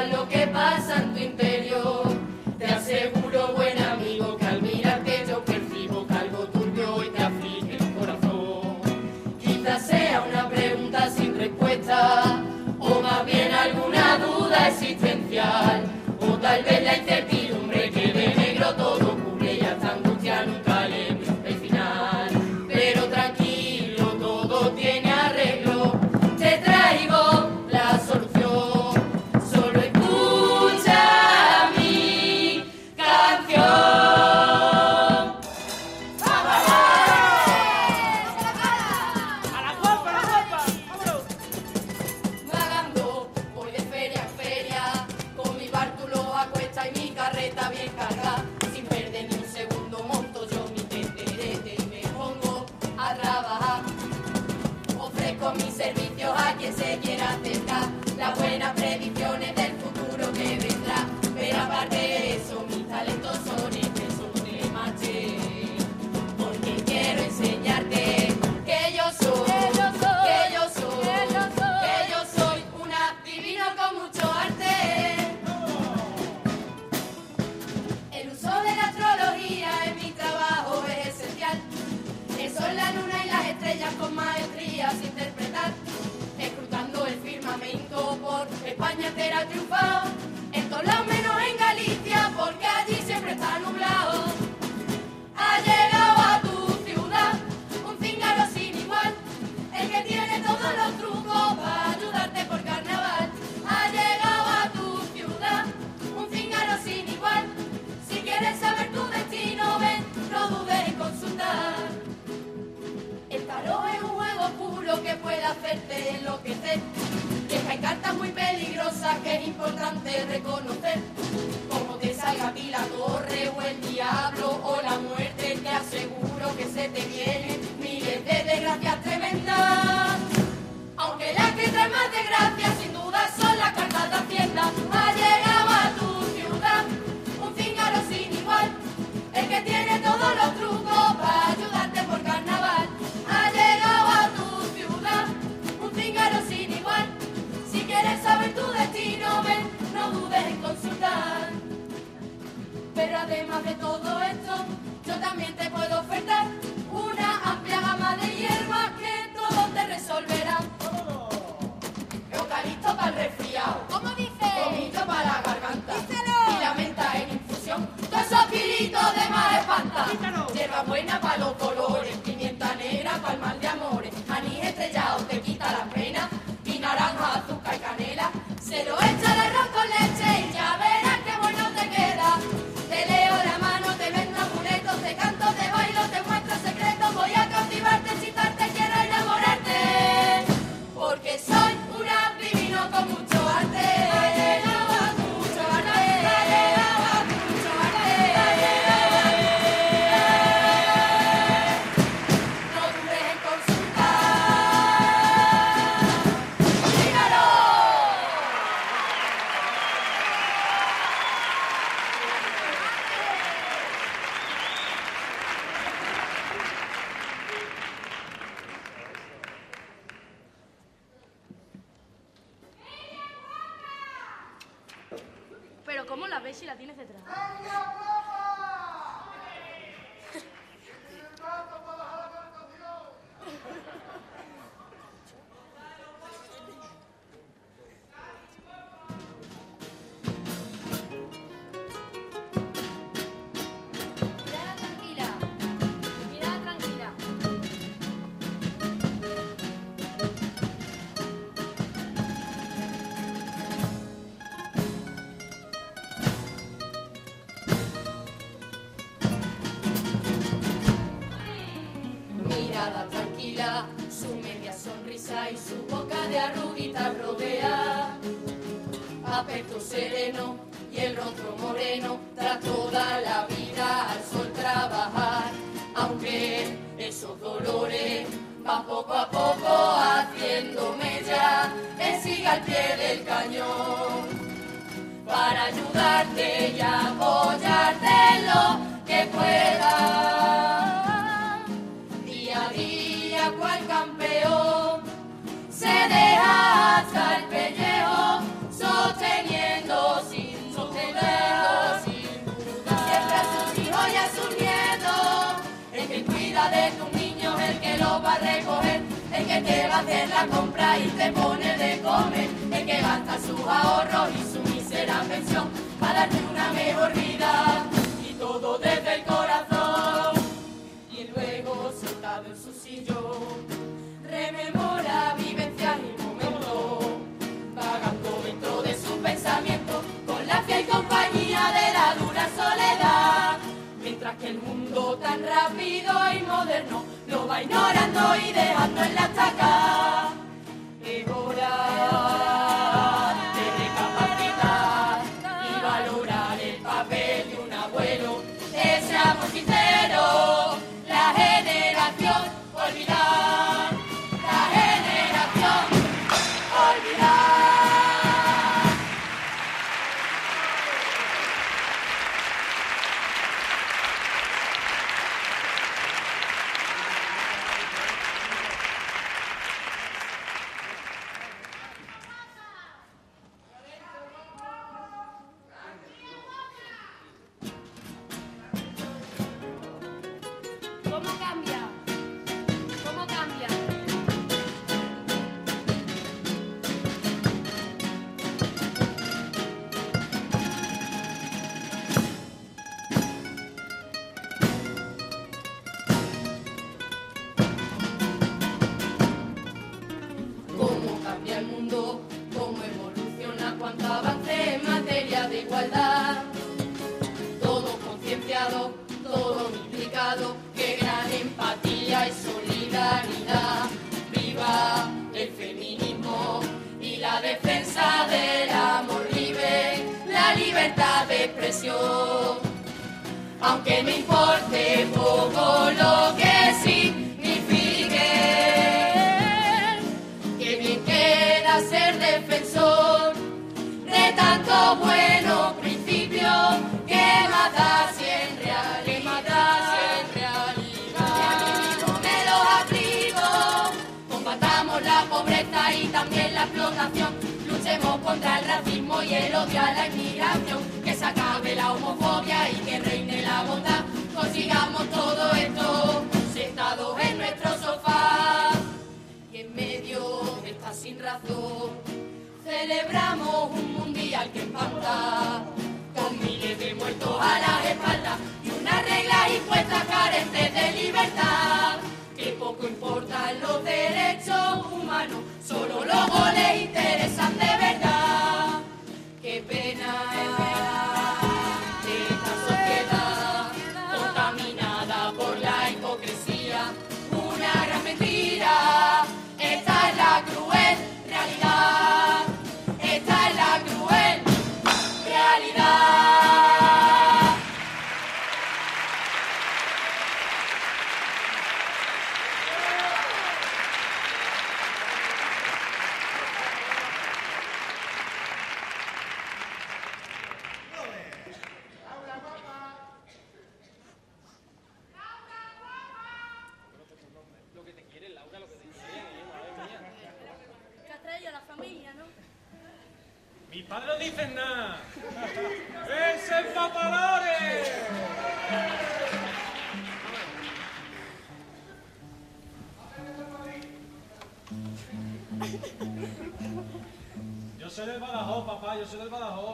sepas lo que pasa en tu interior. Te aseguro, buen amigo, que al mirarte yo percibo que algo turbio y te aflige el corazón. Quizás sea una pregunta sin respuesta, o más bien alguna duda existencial, o tal vez la incertidumbre que de negro todo cubre y hasta angustia nunca le vio el final. Pero tranquilo, todo tiene arreglo, te traigo la solución. Solo escucha mi canción. Vagando, voy de feria en feria, con mi bártulo a cuesta y mi carreta bien cargada. Sin perder ni un segundo monto yo mi tenderete y me pongo a trabajar. Ofrezco mis servicios a quien se quiera acercar, las buenas predicciones del futuro que vendrá. Pero aparte de eso, mis talentos son excesos de maché, porque quiero enseñarte que yo soy, un adivino con mucho arte. El uso de la astrología en mi trabajo es esencial. El sol, la luna y las estrellas con maestría se interpretar. Escrutando el firmamento por España entera he triunfado. En todos lados menos en Galicia, porque allí siempre está nublado. Ha llegado a tu ciudad un cíngaro sin igual, el que tiene todos los trucos para ayudarte por carnaval. Ha llegado a tu ciudad un cíngaro sin igual. Si quieres saber tu destino, ven, no dudes en consultar. El tarot es un juego oscuro que puede hacerte enloquecer. Y es que hay cartas muy peligrosas que es importante reconocer. Como te salga a ti la torre o el diablo o la muerte, te aseguro que se te vienen miles de desgracias tremendas. Aunque las que traen más desgracias sin duda son las cartas de Hacienda. Ha llegado a tu ciudad un cíngaro sin igual, el que tiene todos los trucos para ayudarte por carnaval. Ha llegado a tu ciudad un cíngaro sin igual. Si quieres saber tu destino, ven, no dudes en consultar. Pero además de todo esto, yo también te puedo ofertar una amplia gama de hierbas que todo te resolverán. Eucalipto para el resfriado, ¿Cómo dice? comillo para la garganta, Díselo. y la menta en infusión, todos esos kilitos de más espanta. Hierba buena para los dolores, pimienta negra para el mal de amores, anís estrellado te quita las penas, y naranja, azúcar y canela. Se lo echa el arroz con leche y ya verás qué bueno te queda. Te leo la mano, te vendo amuletos, te canto, te bailo, te muestro secretos. Voy a cautivarte, excitarte, quiero enamorarte, porque soy un adivino con mucho arte. Mucho arte, mucho arte. No dudes en consultar. ¡Dígalo! Pero ¿cómo la ves si la tienes detrás? Mirada tranquila. Mirada tranquila, su media sonrisa y su boca de arruguitas rodea. Aspecto sereno y el rostro moreno, tras toda la vida al sol trabajar. Aunque esos dolores van poco a poco haciéndome ya, él sigue al pie del cañón para ayudarte y apoyarte en lo que pueda. Día a día cual campeón se deja hasta el pellejo, sosteniendo el que va a hacer la compra y te pone de comer, el que gasta sus ahorros y su mísera pensión para darte una mejor vida, y todo desde el corazón. Y luego, sentado en su sillón, rememora vivencias y momentos, vagando dentro de su pensamiento, con la fiel compañía de la dura soledad, mientras que el mundo tan rápido y moderno lo va ignorando y dejando en la estaca. Es hora de recapacitar y valorar el papel de un abuelo, ese amor sincero, la generación olvidar, la generación olvidar. ¿Cómo cambia? ¿Cómo cambia? Cómo cambia el mundo, cómo evoluciona, cuánto avance en materia de igualdad. Todo concienciado, todo implicado, qué gran empatía y solidaridad. Viva el feminismo y la defensa del amor libre, la libertad de expresión. Aunque me importe poco lo que signifique, que bien queda ser defensor de tantos buenos principios que mata si en realidad, me los aplico. Combatamos la pobreza y también la explotación, luchemos contra el racismo y el odio a la inmigración, que se acabe la homofobia y que reine la bondad. Consigamos todo esto sentados en nuestro sofá, y en medio de esta sin razón celebramos un mundial que espanta, con miles de muertos a las espaldas y unas reglas impuestas carentes de libertad. Que poco importan los derechos humanos, solo los goles interesan de verdad. Qué pena de esta sociedad contaminada por la hipocresía, una gran mentira. Esta es la cruel realidad, esta es la cruel realidad. ¿Qué ha traído la familia, no? Mis padres no dicen nada. ¡Es el Patalores! Yo soy del Badajoz, papá, yo soy del Badajoz.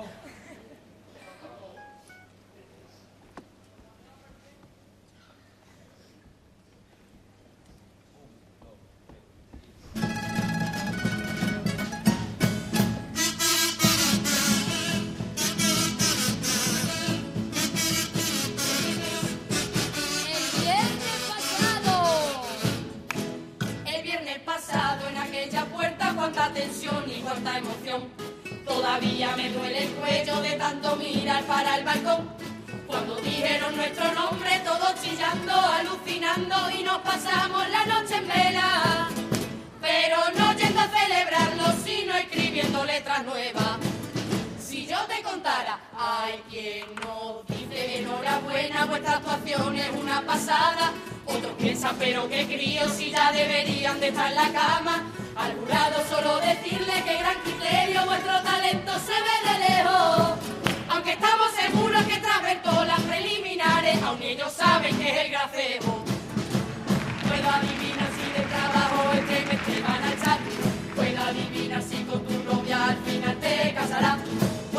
El viernes pasado en aquella puerta, cuánta tensión y cuánta emoción. Todavía me duele el cuello de tanto mirar para el balcón. Cuando dijeron nuestro nombre, todos chillando, alucinando, y nos pasamos la noche en vela. Pero no yendo a celebrarlo, sino escribiendo letras nuevas. Si yo te contara, hay quien nos dice enhorabuena, vuestra actuación es una pasada. Otros piensan, pero qué críos, si ya deberían de estar en la cama. Al jurado solo decirle que gran criterio, vuestro talento se ve de lejos. Aunque estamos seguros que tras ver todas las preliminares, aún ellos saben que es el gracejo. Puedo adivinar si de trabajo es que me estoy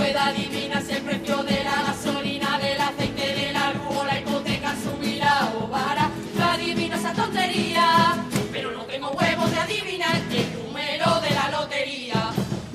pueda adivinar si el precio de la gasolina, del aceite, de la luz o la hipoteca subirá o bajará. Yo adivino esa tontería, pero no tengo huevos de adivinar el número de la lotería.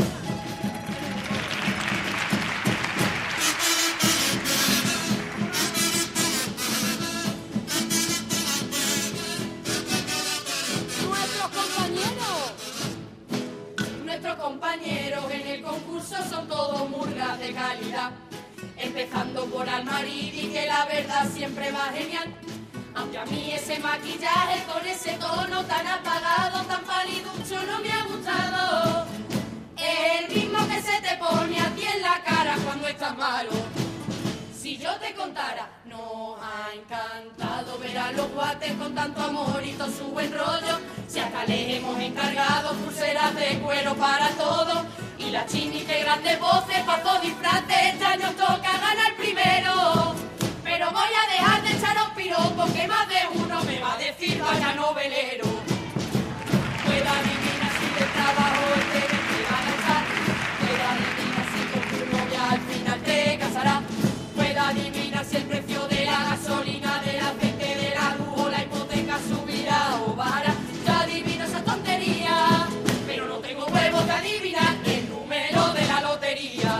Nuestros compañeros en el concurso son todos murgas de calidad, empezando por Almaridi, que la verdad siempre va genial. Aunque a mí ese maquillaje con ese tono tan apagado, tan paliducho no me ha gustado. Es el mismo que se te pone a ti en la cara cuando estás malo. Si yo te contara, nos ha encantado ver a los guates con tanto amor y todo su buen rollo. Si acá les hemos encargado pulseras de cuero para todo y la chini de grandes voces para todo disfraces, ya nos toca ganar primero. Pero voy a dejar de echaros piropos, que más de uno me va a decir vaya novelero. Puedo adivinar si de trabajo te van a echar, puedo adivinar si con tu novia al final te casarás, puedo adivinar si el precio de la gasolina, del aceite, de la luz o la hipoteca subirá o bajará. Yo adivino esa tontería, pero no tengo huevos de adivinar el número de la lotería.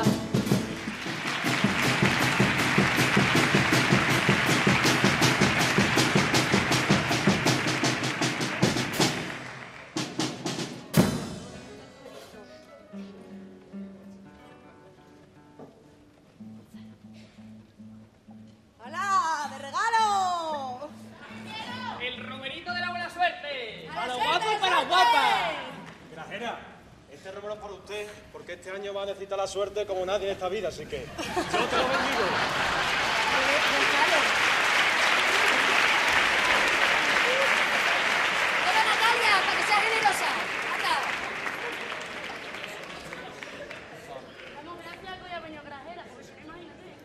¡Hala! ¡De regalo! El romerito de la buena suerte. ¡Para guapo y para guapa! Grajera, este romero es para usted, porque este año va a necesitar la suerte como nadie en esta vida, así que yo te lo bendigo. Toma, Natalia, para que sea generosa. Anda. Damos gracias que hoy ha venido Grajera, porque si no, imagínate.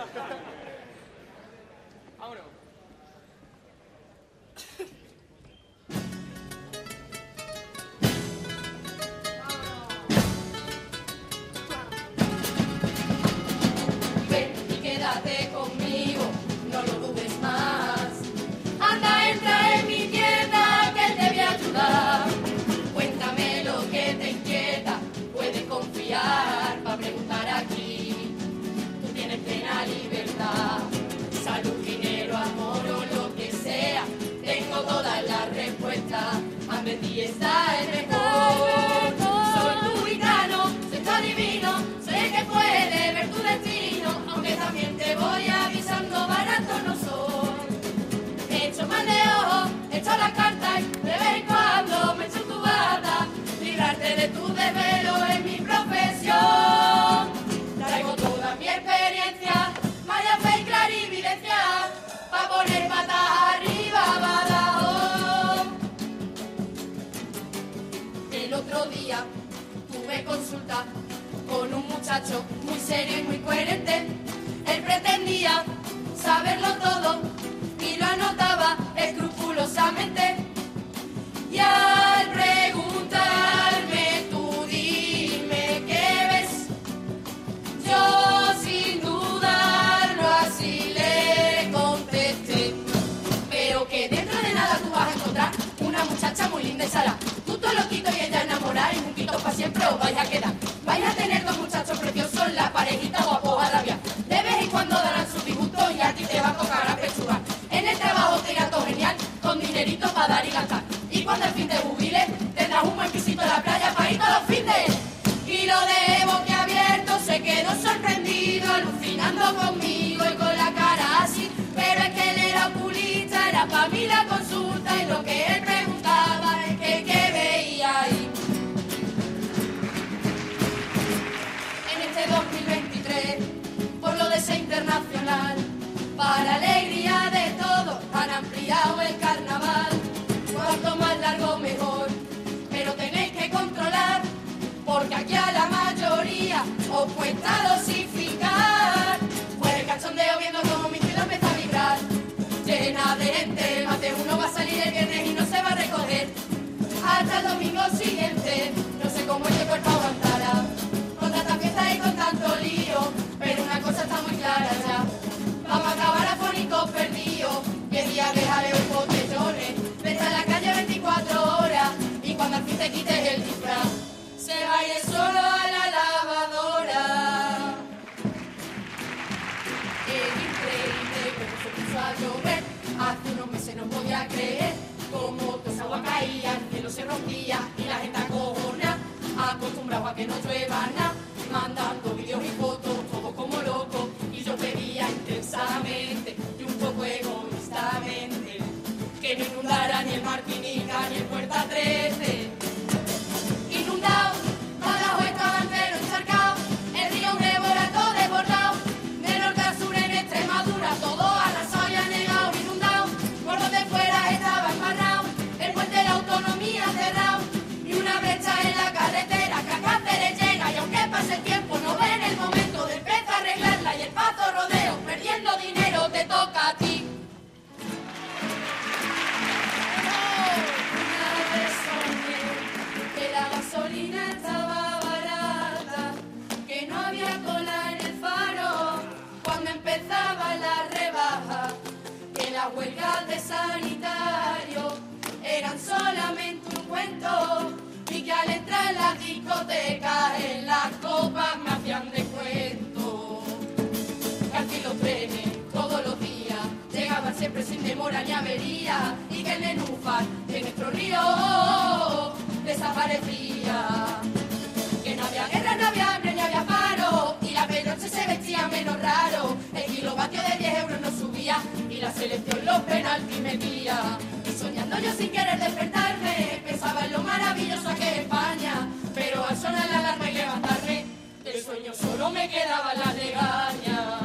Vámonos. Ven y quédate conmigo, no lo dudes más. Anda, entra en mi tienda que te voy a ayudar. Cuéntame lo que te inquieta, puedes confiar para preguntar aquí. Tú tienes plena libertad, salud, dinero, amor o lo que sea. Tengo todas las respuestas, ante ti está el mejor. Soy tu gitano, soy tu adivino, soy el que puede ver tu destino, aunque también te voy avisando, barato no soy. He hecho mal de ojo, he hecho las cartas y de vez en cuando me echo tu bata. Librarte de tu desvelo es mi profesión. Traigo toda mi experiencia, mala fe y clarividencia, pa' poner patas arriba, Badajoz. El otro día tuve consulta con un muchacho muy serio y muy coherente. Él pretendía saberlo todo y lo anotaba escrupulosamente. Y al preguntarme, tú dime qué ves, yo sin dudarlo así le contesté. Pero que dentro de nada tú vas a encontrar una muchacha muy linda y sana. Tú todo loquito y ella enamorada y juntitos para siempre os vais a quedar. Vais a tener dos muchachos preciosos, la parejita guapos a rabia. De vez en cuando darán sus disgustos y a ti te va a tocar a pechugar. En el trabajo te irá todo genial, con dinerito para dar y gastar. Y cuando al fin te jubiles, tendrás un buen pisito en la playa para ir todos los fines. Y lo de boquiabierto se quedó sorprendido, alucinando conmigo y con la cara así. Pero es que él era oculista, era para mí la consulta, y lo que él preguntaba es que qué veía ahí. En este 2023, por lo de ser internacional, para alegría de todos, han ampliado el carnaval. Cuanto más largo mejor, pero tenéis que controlar, porque aquí a la mayoría os cuesta dosificar. Pues el cachondeo viendo como mi ciudad empieza a vibrar, llena de gente, más de uno va a salir el viernes y no se va a recoger hasta el domingo siguiente. No sé cómo este cuerpo aguantará con tanta fiesta y con tanto lío. se nos podía creer como toda esa agua caía, el cielo se rompía y la gente acojona, acostumbrado a que no llueva nada, mandando vídeos y fotos, todo como loco, y yo pedía intensamente y un poco egoístamente que no inundara ni el Martinica ni el Puerta 13. Inundado, Badajoz estaba entero encharcado, el río Ébora todo desbordado, de norte a sur en Extremadura todo arrasado y anegado, inundado, por donde fuera estaba embarrado, el puente de la autonomía cerrado, y una brecha en la carretera que a Cáceres llega, y aunque pase el tiempo no ven el momento de empezar a arreglarla, y el Pazo Rodeo perdiendo dinero te toca a ti. Que la gasolina estaba barata, que no había cola en el faro cuando empezaba la rebaja, que las huelgas de sanitario eran solamente un cuento y que al entrar en las discotecas en las copas me hacían descuento. Que aquí los trenes todos los días llegaban siempre sin demora ni avería y que el nenúfar de nuestro río desaparecía. Que no había guerra, no había hambre, ni había paro y la Pedroche se vestía menos raro. El kilovatio de 10 euros no subía y la selección los penaltis metía. Y soñando yo sin querer despertarme, pensaba en lo maravillosa que es España, pero al sonar la alarma y levantarme, del sueño solo me quedaba la legaña.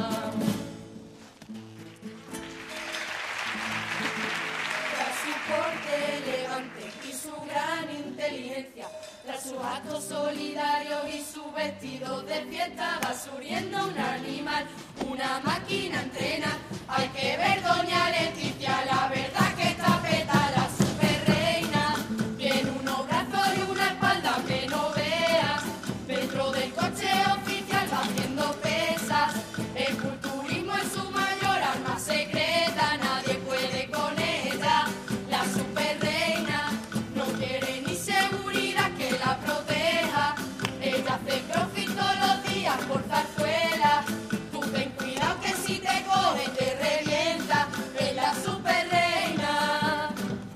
Porte elegante y su gran inteligencia, tras sus actos solidarios y su vestido de fiesta, va suriendo un animal, una máquina entrena. Hay que ver doña Leticia, la verdad que está peta la superreina, tiene unos brazos y una espalda que no veas, dentro del coche oficial va haciendo pesas, el culturismo es su mayor arma secreta, nadie puede con ella. La superreina no quiere ni seguridad que la proteja. Ella hace crossfit todos los días por zarzuela. Tú ten cuidado que si te coge te revienta. Es la superreina.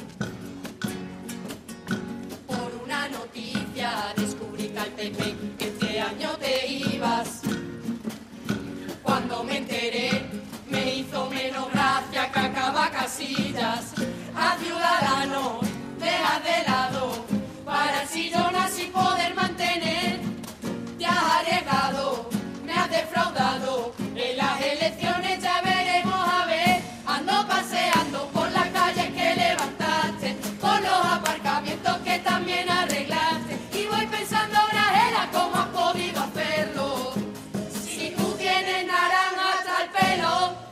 Por una noticia descubrí que al PP este año te ibas. Cuando me enteré me hizo menos gracia que acaba Casillas. A Ciudadanos deja de lado para el sillón así poder mantener. Te has arriesgado, me has defraudado, en las elecciones ya veremos a ver. Ando paseando por las calles que levantaste, por los aparcamientos que también arreglaste, y voy pensando, Grajera, ¿cómo has podido hacerlo? Si tú tienes naranja hasta el pelo.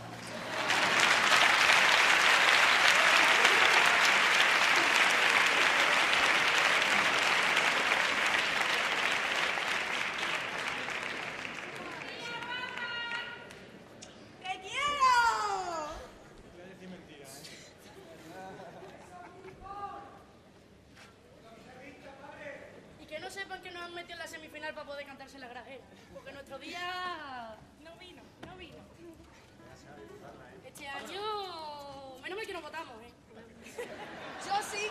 Sepan que nos han metido en la semifinal para poder cantarse la Grajera, porque nuestro día no vino. Este año, menos mal que no votamos, Yo sí.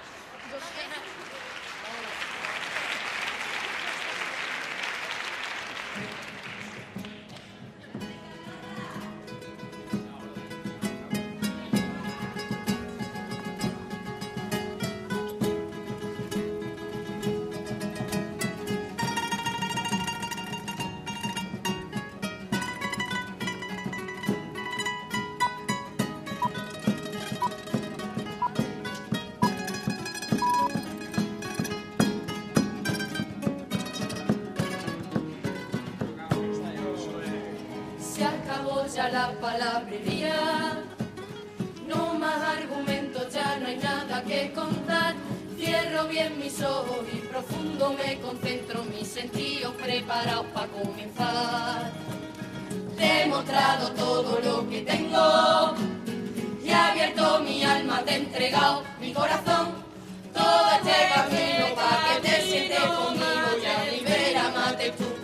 Ya la palabrería, no más argumentos, ya no hay nada que contar. Cierro bien mis ojos y profundo me concentro, mis sentidos preparados para comenzar. Te he mostrado todo lo que tengo y he abierto mi alma, te he entregado mi corazón. Todo este camino para que te sientes conmigo, ya libera más de tu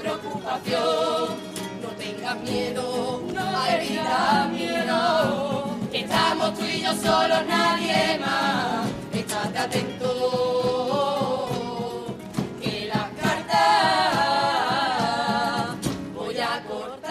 preocupación. No tengas miedo, ay vida mía, que estamos somos tú y yo solos, nadie más. Estate atento, que las cartas voy a cortar.